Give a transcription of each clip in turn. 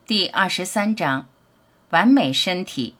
第23章，完美身体。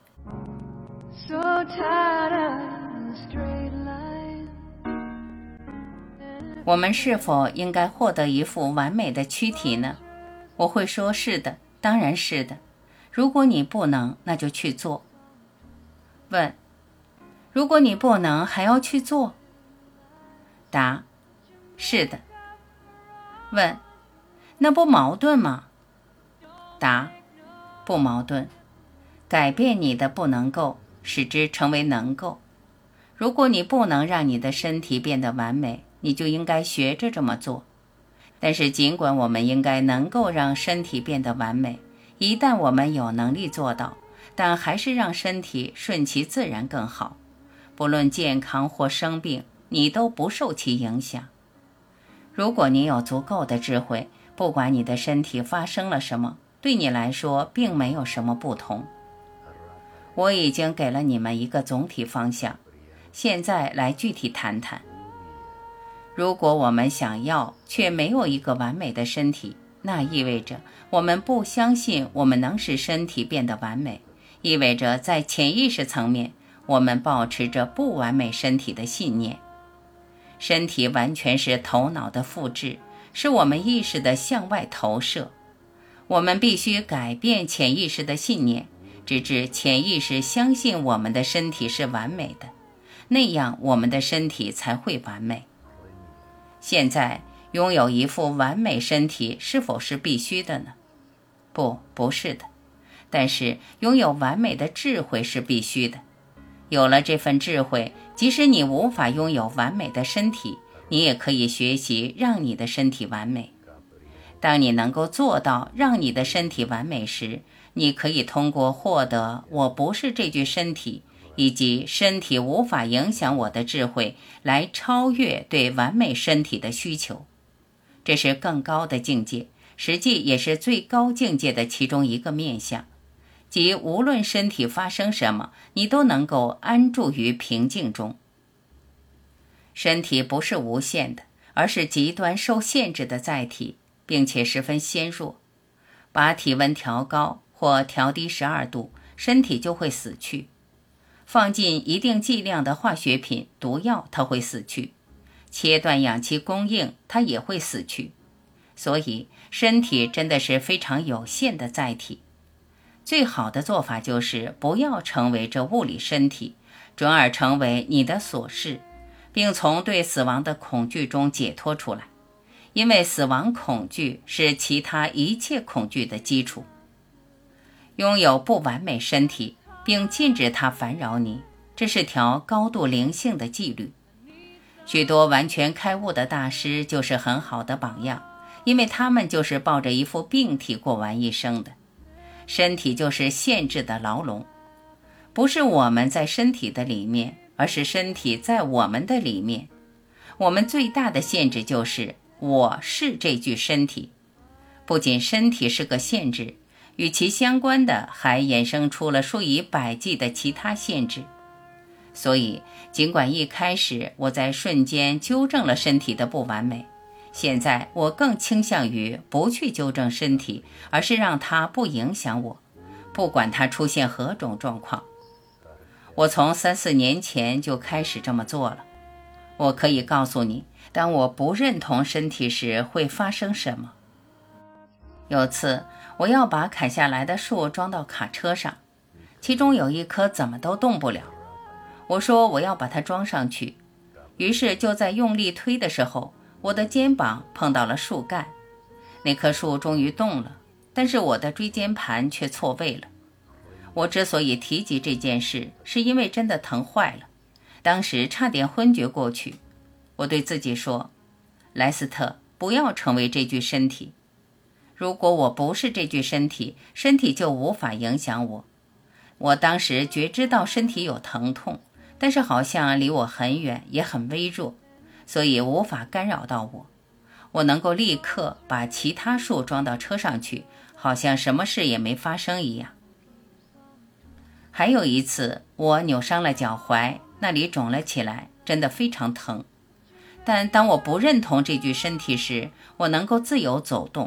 我们是否应该获得一副完美的躯体呢？我会说是的，当然是的。如果你不能，那就去做。问：如果你不能，还要去做？答：是的。问：那不矛盾吗？答：不矛盾。改变你的不能够，使之成为能够。如果你不能让你的身体变得完美，你就应该学着这么做。但是尽管我们应该能够让身体变得完美，一旦我们有能力做到，但还是让身体顺其自然更好。不论健康或生病，你都不受其影响。如果你有足够的智慧，不管你的身体发生了什么，对你来说并没有什么不同。我已经给了你们一个总体方向，现在来具体谈谈。如果我们想要却没有一个完美的身体，那意味着我们不相信我们能使身体变得完美，意味着在潜意识层面，我们保持着不完美身体的信念。身体完全是头脑的复制，是我们意识的向外投射。我们必须改变潜意识的信念，直至潜意识相信我们的身体是完美的，那样我们的身体才会完美。现在拥有一副完美身体是否是必须的呢？不是的。但是拥有完美的智慧是必须的。有了这份智慧，即使你无法拥有完美的身体，你也可以学习让你的身体完美。当你能够做到让你的身体完美时，你可以通过获得我不是这具身体以及身体无法影响我的智慧来超越对完美身体的需求。这是更高的境界，实际也是最高境界的其中一个面向，即无论身体发生什么，你都能够安住于平静中。身体不是无限的，而是极端受限制的载体，并且十分纤弱。把体温调高或调低12度，身体就会死去。放进一定剂量的化学品、毒药，它会死去。切断氧气供应，它也会死去。所以，身体真的是非常有限的载体。最好的做法就是不要成为这物理身体，转而成为你的所事，并从对死亡的恐惧中解脱出来。因为死亡恐惧是其他一切恐惧的基础。拥有不完美身体，并禁止它烦扰你，这是条高度灵性的纪律。许多完全开悟的大师就是很好的榜样，因为他们就是抱着一副病体过完一生的。身体就是限制的牢笼，不是我们在身体的里面，而是身体在我们的里面。我们最大的限制就是我是这具身体。不仅身体是个限制，与其相关的还衍生出了数以百计的其他限制。所以尽管一开始我在瞬间纠正了身体的不完美，现在我更倾向于不去纠正身体，而是让它不影响我，不管它出现何种状况。我从3-4年前就开始这么做了。我可以告诉你，当我不认同身体时会发生什么。有次我要把砍下来的树装到卡车上，其中有一棵怎么都动不了。我说我要把它装上去，于是就在用力推的时候，我的肩膀碰到了树干，那棵树终于动了，但是我的椎间盘却错位了。我之所以提及这件事，是因为真的疼坏了，当时差点昏厥过去。我对自己说，莱斯特，不要成为这具身体。如果我不是这具身体，身体就无法影响我。我当时觉知到身体有疼痛，但是好像离我很远，也很微弱，所以无法干扰到我。我能够立刻把其他树装到车上去，好像什么事也没发生一样。还有一次，我扭伤了脚踝，那里肿了起来，真的非常疼。但当我不认同这具身体时，我能够自由走动，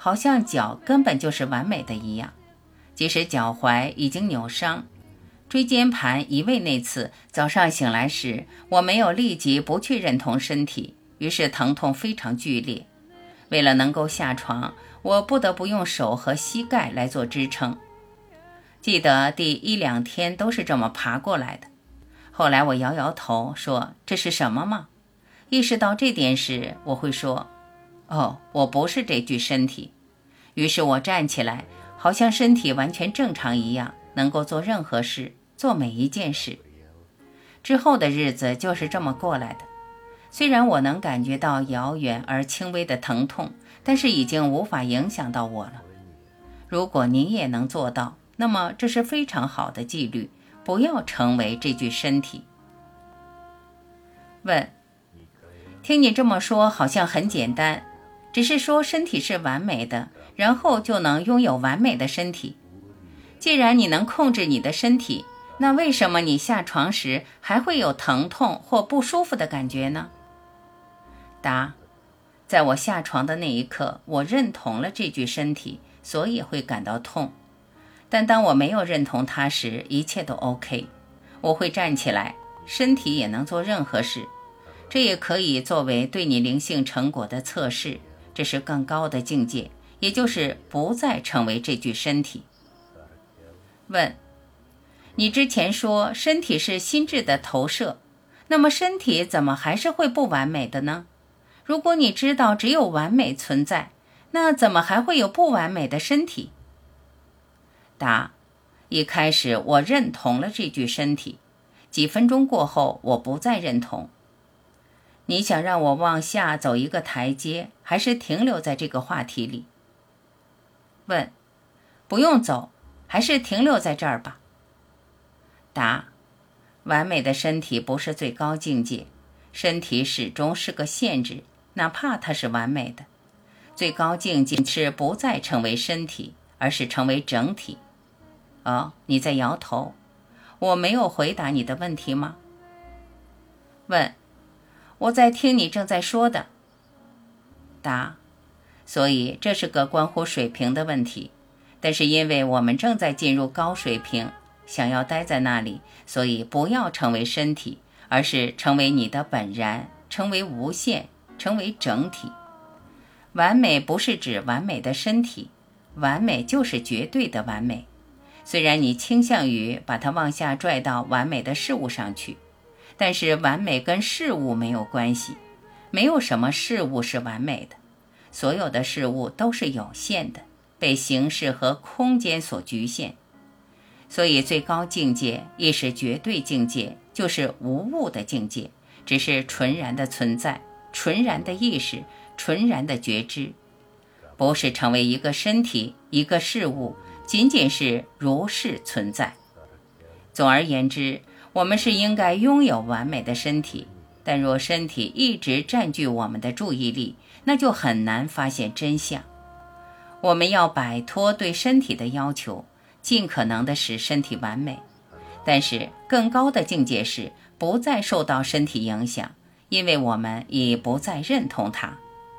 好像脚根本就是完美的一样，即使脚踝已经扭伤，椎间盘移位那次早上醒来时，我没有立即不去认同身体，于是疼痛非常剧烈。为了能够下床，我不得不用手和膝盖来做支撑。记得第1-2天都是这么爬过来的。后来我摇摇头说，这是什么吗？意识到这点时，我会说，哦，我不是这具身体。于是我站起来，好像身体完全正常一样，能够做任何事，做每一件事。之后的日子就是这么过来的。虽然我能感觉到遥远而轻微的疼痛，但是已经无法影响到我了。如果你也能做到，那么这是非常好的纪律，不要成为这具身体。问：听你这么说好像很简单，只是说身体是完美的，然后就能拥有完美的身体。既然你能控制你的身体，那为什么你下床时还会有疼痛或不舒服的感觉呢？答：在我下床的那一刻，我认同了这具身体，所以会感到痛。但当我没有认同它时，一切都 OK。我会站起来，身体也能做任何事。这也可以作为对你灵性成果的测试，这是更高的境界，也就是不再成为这具身体。问：你之前说身体是心智的投射，那么身体怎么还是会不完美的呢？如果你知道只有完美存在，那怎么还会有不完美的身体？答：一开始我认同了这具身体，几分钟过后我不再认同。你想让我往下走一个台阶，还是停留在这个话题里？问：不用走，还是停留在这儿吧。答：完美的身体不是最高境界，身体始终是个限制，哪怕它是完美的。最高境界是不再成为身体，而是成为整体。哦，你在摇头。我没有回答你的问题吗？问：我在听你正在说的。答：所以这是个关乎水平的问题，但是因为我们正在进入高水平，想要待在那里，所以不要成为身体，而是成为你的本然，成为无限，成为整体。完美不是指完美的身体，完美就是绝对的完美。虽然你倾向于把它往下拽到完美的事物上去，但是完美跟事物没有关系，没有什么事物是完美的，所有的事物都是有限的，被形式和空间所局限。所以最高境界亦是绝对境界，就是无物的境界，只是纯然的存在，纯然的意识，纯然的觉知，不是成为一个身体，一个事物，仅仅是如是存在。总而言之，我们是应该拥有完美的身体，但若身体一直占据我们的注意力，那就很难发现真相。我们要摆脱对身体的要求，尽可能的使身体完美，但是更高的境界是不再受到身体影响，因为我们已不再认同它。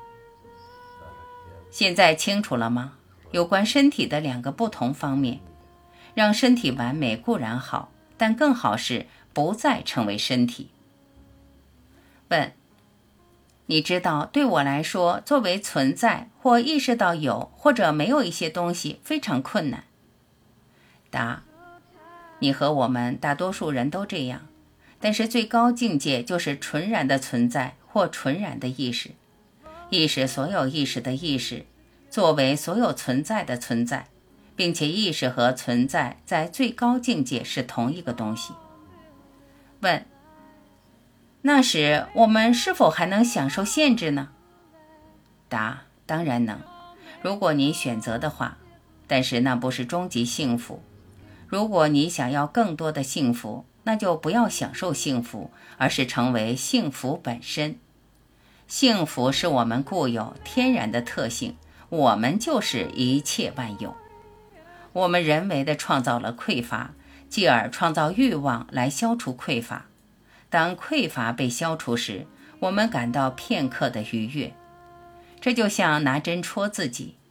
现在清楚了吗？有关身体的2个不同方面。让身体完美固然好，但更好是不再成为身体。问：你知道对我来说，作为存在或意识到有或者没有一些东西非常困难。答：你和我们大多数人都这样，但是最高境界就是纯然的存在或纯然的意识。意识所有意识的意识，作为所有存在的存在，并且意识和存在在最高境界是同一个东西。问：那时我们是否还能享受限制呢？答：当然能，如果你选择的话，但是那不是终极幸福。如果你想要更多的幸福，那就不要享受幸福，而是成为幸福本身。幸福是我们固有天然的特性，我们就是一切万有。我们人为地创造了匮乏，继而创造欲望来消除匮乏。当匮乏被消除时，我们感到片刻的愉悦。这就像拿针戳自己，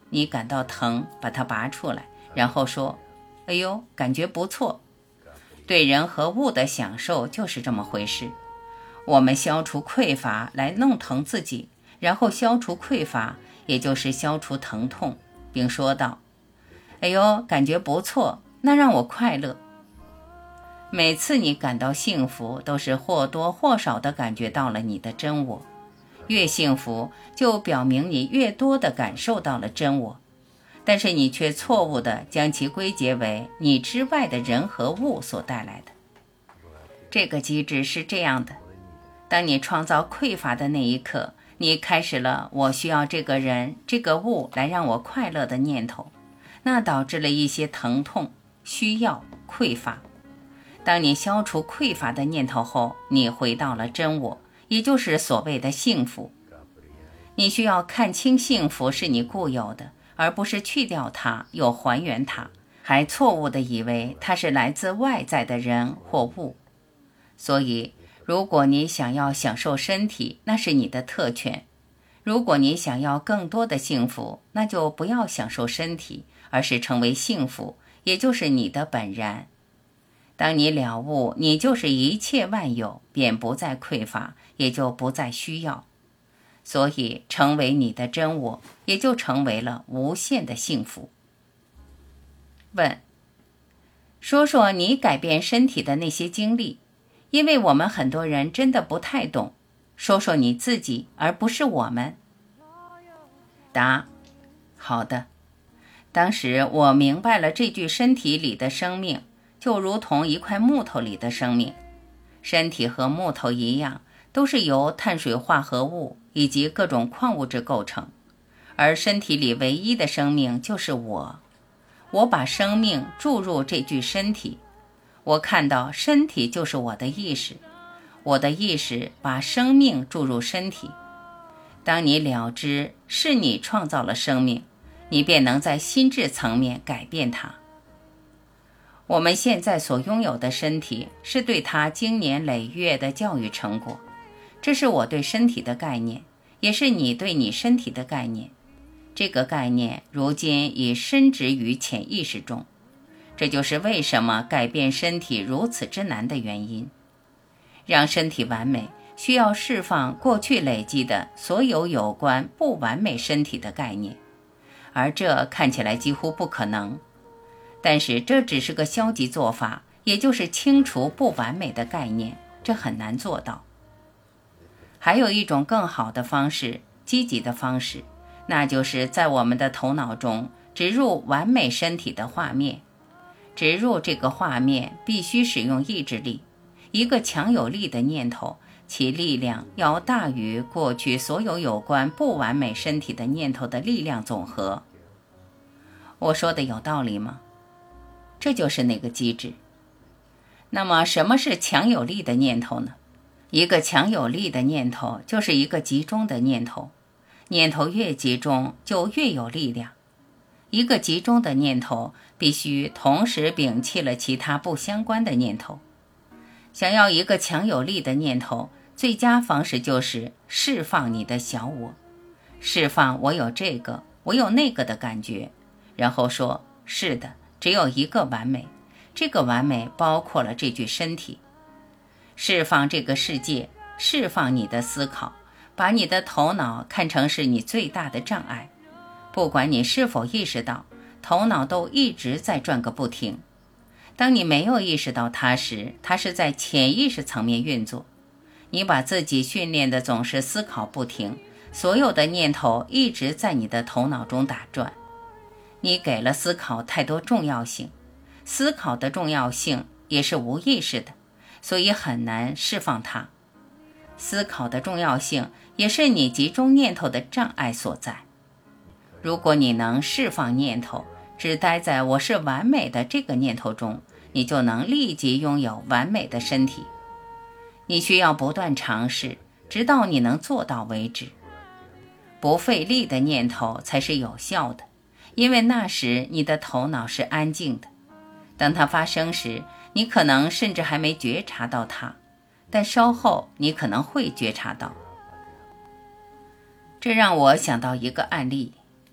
你感到疼，把它拔出来，然后说：哎呦，感觉不错。对人和物的享受就是这么回事。我们消除匮乏来弄疼自己，然后消除匮乏，也就是消除疼痛，并说道：哎呦，感觉不错，那让我快乐。每次你感到幸福，都是或多或少地感觉到了你的真我。越幸福，就表明你越多地感受到了真我，但是你却错误地将其归结为你之外的人和物所带来的。这个机制是这样的：当你创造匮乏的那一刻，你开始了我需要这个人、这个物来让我快乐的念头，那导致了一些疼痛、需要、匮乏。当你消除匮乏的念头后，你回到了真我，也就是所谓的幸福。你需要看清幸福是你固有的，而不是去掉它又还原它，还错误地以为它是来自外在的人或物。所以如果你想要享受身体，那是你的特权；如果你想要更多的幸福，那就不要享受身体，而是成为幸福，也就是你的本然。当你了悟你就是一切万有，便不再匮乏，也就不再需要。所以成为你的真我，也就成为了无限的幸福。问：说说你改变身体的那些经历，因为我们很多人真的不太懂，说说你自己，而不是我们。答：好的。当时我明白了这具身体里的生命就如同一块木头里的生命，身体和木头一样，都是由碳水化合物以及各种矿物质构成，而身体里唯一的生命就是我。我把生命注入这具身体，我看到身体就是我的意识，我的意识把生命注入身体。当你了知是你创造了生命，你便能在心智层面改变它。我们现在所拥有的身体是对它经年累月的教育成果，这是我对身体的概念，也是你对你身体的概念。这个概念如今已深植于潜意识中，这就是为什么改变身体如此之难的原因。让身体完美，需要释放过去累积的所有有关不完美身体的概念，而这看起来几乎不可能。但是这只是个消极做法，也就是清除不完美的概念，这很难做到。还有一种更好的方式，积极的方式，那就是在我们的头脑中植入完美身体的画面。植入这个画面必须使用意志力，一个强有力的念头，其力量要大于过去所有有关不完美身体的念头的力量总和。我说的有道理吗？这就是那个机制。那么什么是强有力的念头呢？一个强有力的念头就是一个集中的念头，念头越集中就越有力量。一个集中的念头必须同时摒弃了其他不相关的念头。想要一个强有力的念头，最佳方式就是释放你的小我，释放我有这个我有那个的感觉，然后说是的，只有一个完美，这个完美包括了这具身体。释放这个世界，释放你的思考，把你的头脑看成是你最大的障碍。不管你是否意识到，头脑都一直在转个不停。当你没有意识到它时，它是在潜意识层面运作。你把自己训练的总是思考不停，所有的念头一直在你的头脑中打转。你给了思考太多重要性，思考的重要性也是无意识的，所以很难释放它。思考的重要性也是你集中念头的障碍所在。如果你能释放念头，只待在我是完美的这个念头中，你就能立即拥有完美的身体。你需要不断尝试，直到你能做到为止。不费力的念头才是有效的，因为那时你的头脑是安静的。当它发生时，你可能甚至还没觉察到它，但稍后你可能会觉察到。这让我想到一个案例。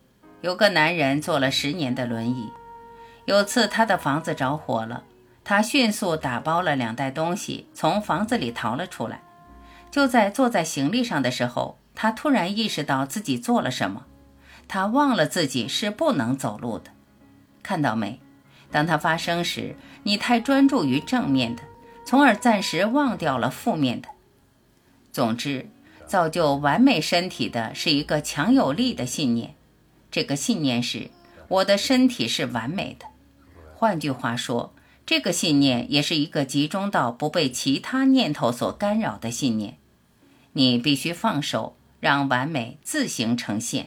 有个男人坐了10年的轮椅，有次他的房子着火了，他迅速打包了2袋东西，从房子里逃了出来。就在坐在行李上的时候，他突然意识到自己做了什么，他忘了自己是不能走路的。看到没？当它发生时，你太专注于正面的，从而暂时忘掉了负面的。总之，造就完美身体的是一个强有力的信念，这个信念是我的身体是完美的。换句话说，这个信念也是一个集中到不被其他念头所干扰的信念。你必须放手，让完美自行呈现。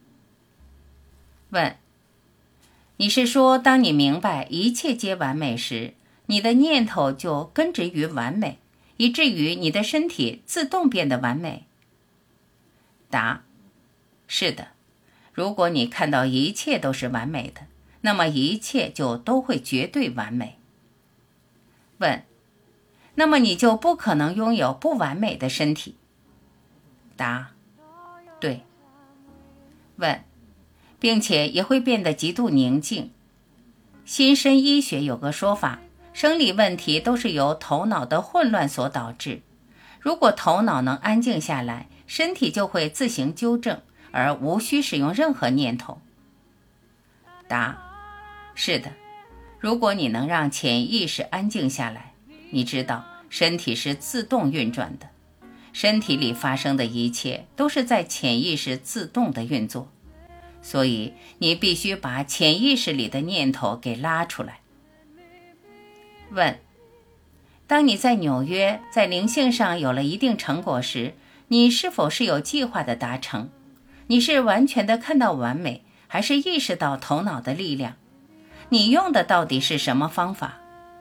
问：你是说当你明白一切皆完美时，你的念头就根植于完美，以至于你的身体自动变得完美？答：是的。如果你看到一切都是完美的，那么一切就都会绝对完美。问：那么你就不可能拥有不完美的身体？答：对。问：并且也会变得极度宁静。新生医学有个说法，生理问题都是由头脑的混乱所导致。如果头脑能安静下来，身体就会自行纠正，而无需使用任何念头。答：是的。如果你能让潜意识安静下来，你知道身体是自动运转的，身体里发生的一切都是在潜意识自动的运作。所以你必须把潜意识里的念头给拉出来。问：当你在纽约在灵性上有了一定成果时，你是否是有计划的达成？你是完全的看到完美，还是意识到头脑的力量？你用的到底是什么方法？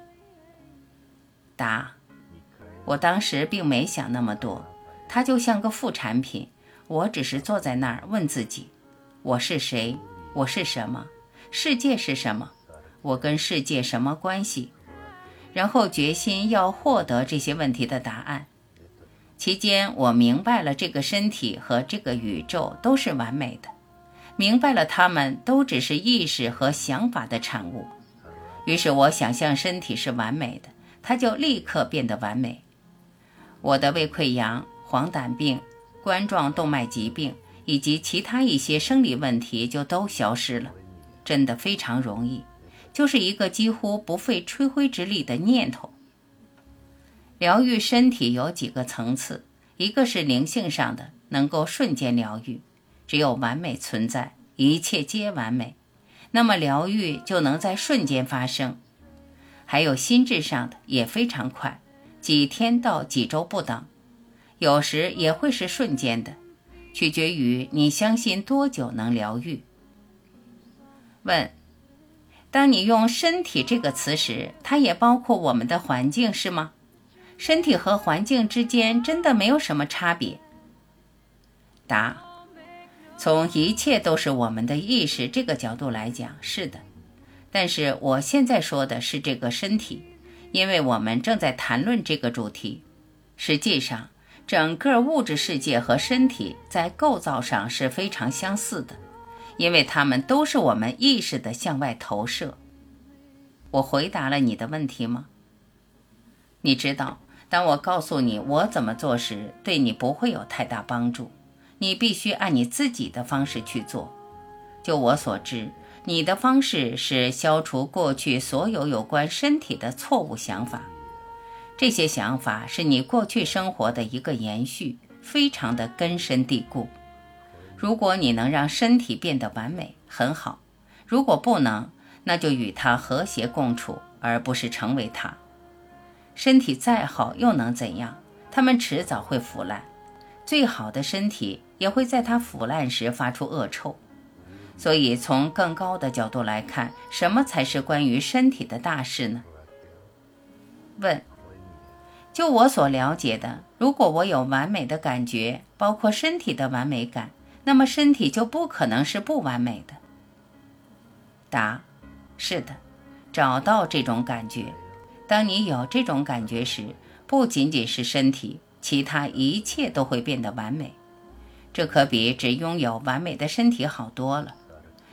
答：我当时并没想那么多，它就像个副产品，我只是坐在那儿问自己，我是谁？我是什么？世界是什么？我跟世界什么关系？然后决心要获得这些问题的答案。期间我明白了这个身体和这个宇宙都是完美的，明白了它们都只是意识和想法的产物。于是我想象身体是完美的，它就立刻变得完美。我的胃溃疡、黄疸病、冠状动脉疾病以及其他一些生理问题就都消失了，真的非常容易，就是一个几乎不费吹灰之力的念头。疗愈身体有几个层次，一个是灵性上的，能够瞬间疗愈，只有完美存在，一切皆完美，那么疗愈就能在瞬间发生。还有心智上的，也非常快，几天到几周不等，有时也会是瞬间的，取决于你相信多久能疗愈。问：当你用身体这个词时，它也包括我们的环境是吗？身体和环境之间真的没有什么差别？答：从一切都是我们的意识这个角度来讲，是的。但是我现在说的是这个身体，因为我们正在谈论这个主题。实际上，整个物质世界和身体在构造上是非常相似的，因为它们都是我们意识的向外投射。我回答了你的问题吗？你知道，当我告诉你我怎么做时，对你不会有太大帮助，你必须按你自己的方式去做。就我所知，你的方式是消除过去所有有关身体的错误想法。这些想法是你过去生活的一个延续，非常的根深蒂固。如果你能让身体变得完美，很好；如果不能，那就与它和谐共处，而不是成为它。身体再好又能怎样？它们迟早会腐烂，最好的身体也会在它腐烂时发出恶臭。所以从更高的角度来看，什么才是关于身体的大事呢？问：就我所了解的，如果我有完美的感觉，包括身体的完美感，那么身体就不可能是不完美的。答：是的，找到这种感觉。当你有这种感觉时，不仅仅是身体，其他一切都会变得完美。这可比只拥有完美的身体好多了。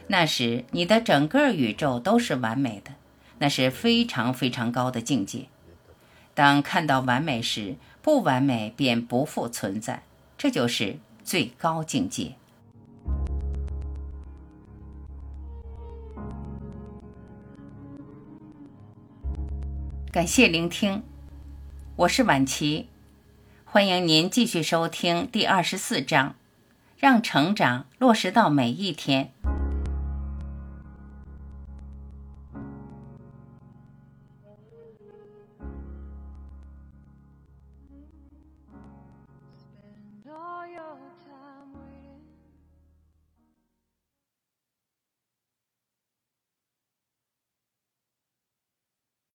那时你的整个宇宙都是完美的，那是非常非常高的境界。当看到完美时，不完美便不复存在，这就是最高境界。感谢聆听，我是婉琪，欢迎您继续收听第24章，让成长落实到每一天。